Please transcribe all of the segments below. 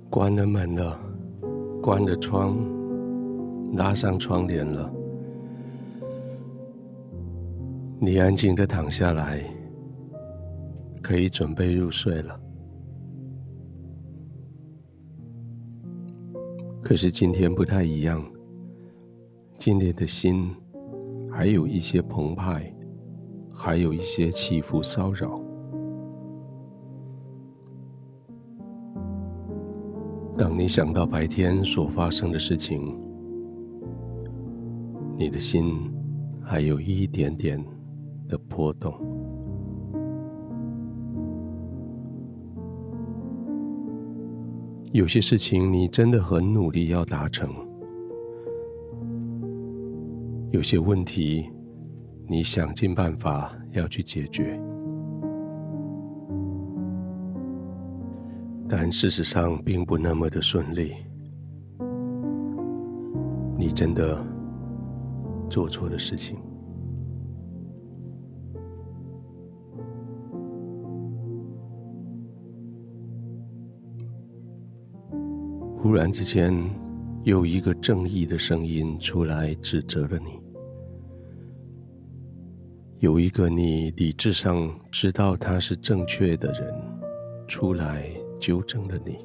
关了门了，关了窗，拉上窗帘了。你安静地躺下来，可以准备入睡了。可是今天不太一样，今天的心还有一些澎湃，还有一些起伏骚扰。当你想到白天所发生的事情，你的心还有一点点的波动。有些事情你真的很努力要达成，有些问题你想尽办法要去解决，但事实上并不那么的顺利。你真的做错了事情。忽然之间，有一个正义的声音出来指责了你，有一个你理智上知道他是正确的人出来纠正了你。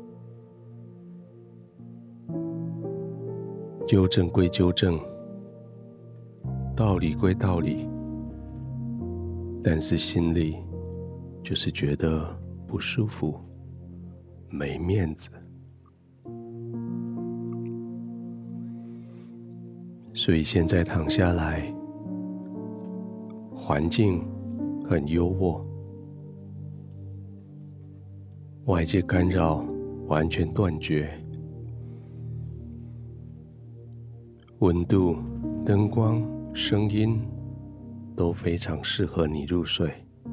纠正归纠正，道理归道理，但是心里就是觉得不舒服，没面子。所以现在躺下来，环境很优渥，外界干扰完全断绝，温度、灯光、声音都非常适合你入睡。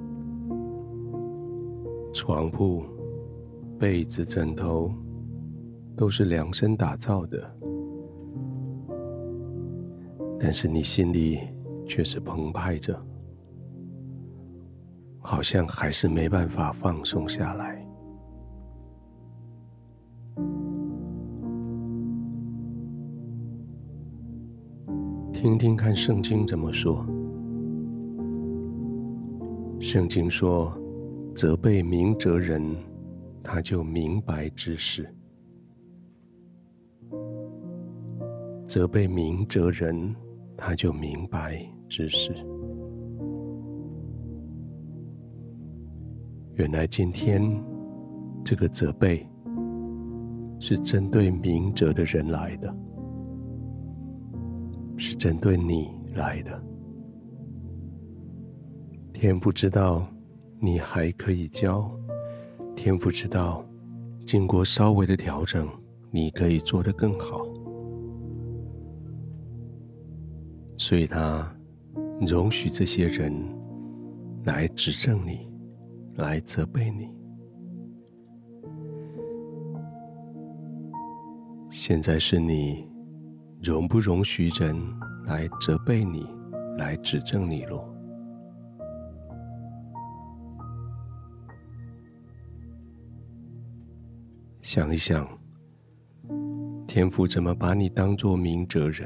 床铺、被子、枕头都是量身打造的，但是你心里却是澎湃着，好像还是没办法放松下来。听听看圣经怎么说。圣经说，责备明哲人，他就明白知识。责备明哲人，他就明白知识。原来今天这个责备是针对明哲的人来的，是针对你来的。天父知道你还可以教，天父知道经过稍微的调整，你可以做得更好，所以他容许这些人来指正你，来责备你。现在是你容不容许人来责备你，来指正你咯？想一想，天父怎么把你当作明哲人？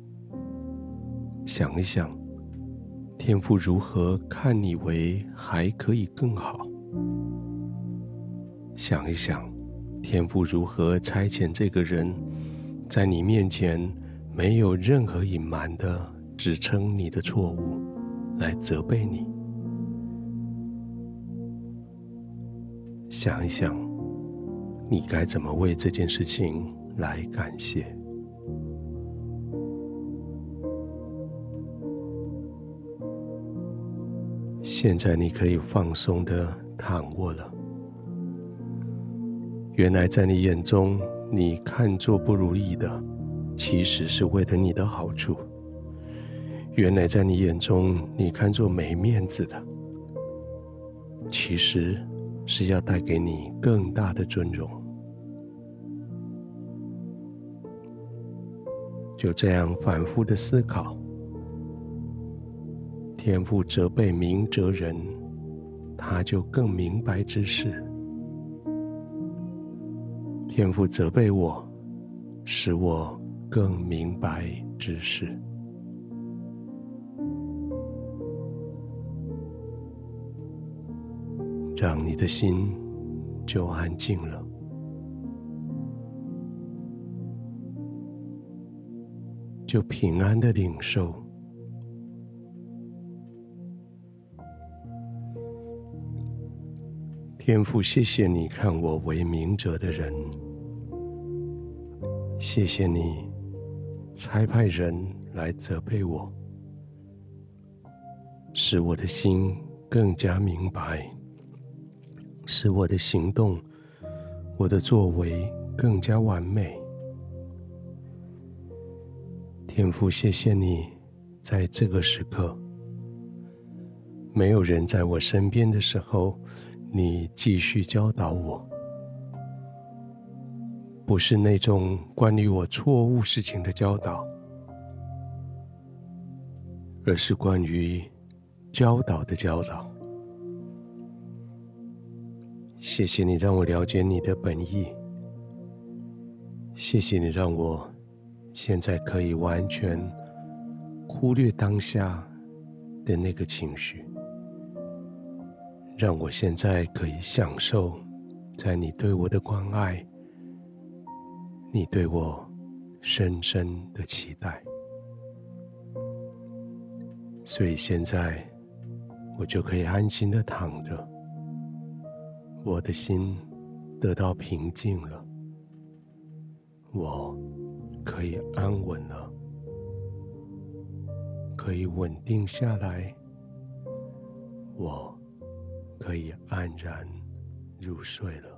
想一想，天父如何看你为还可以更好？想一想，天父如何差遣这个人在你面前没有任何隐瞒的指称你的错误，来责备你。想一想，你该怎么为这件事情来感谢？现在你可以放松地躺卧了。原来在你眼中，你看作不如意的，其实是为了你的好处。原来在你眼中，你看作没面子的，其实是要带给你更大的尊荣。就这样反复的思考，天父责备明哲人，他就更明白知识。 天父责备我，使我更明白知识。让你的心就安静了。就平安的领受。天父，谢谢你看我为明哲的人，谢谢你差派人来责备我，使我的心更加明白，使我的行动，我的作为更加完美。天父，谢谢你在这个时刻，没有人在我身边的时候，你继续教导我，不是那种关于我错误事情的教导，而是关于教导的教导。谢谢你让我了解你的本意，谢谢你让我现在可以完全忽略当下的那个情绪，让我现在可以享受在你对我的关爱，你对我深深的期待。所以现在我就可以安心的躺着，我的心得到平静了，我可以安稳了，可以稳定下来，我可以安然入睡了。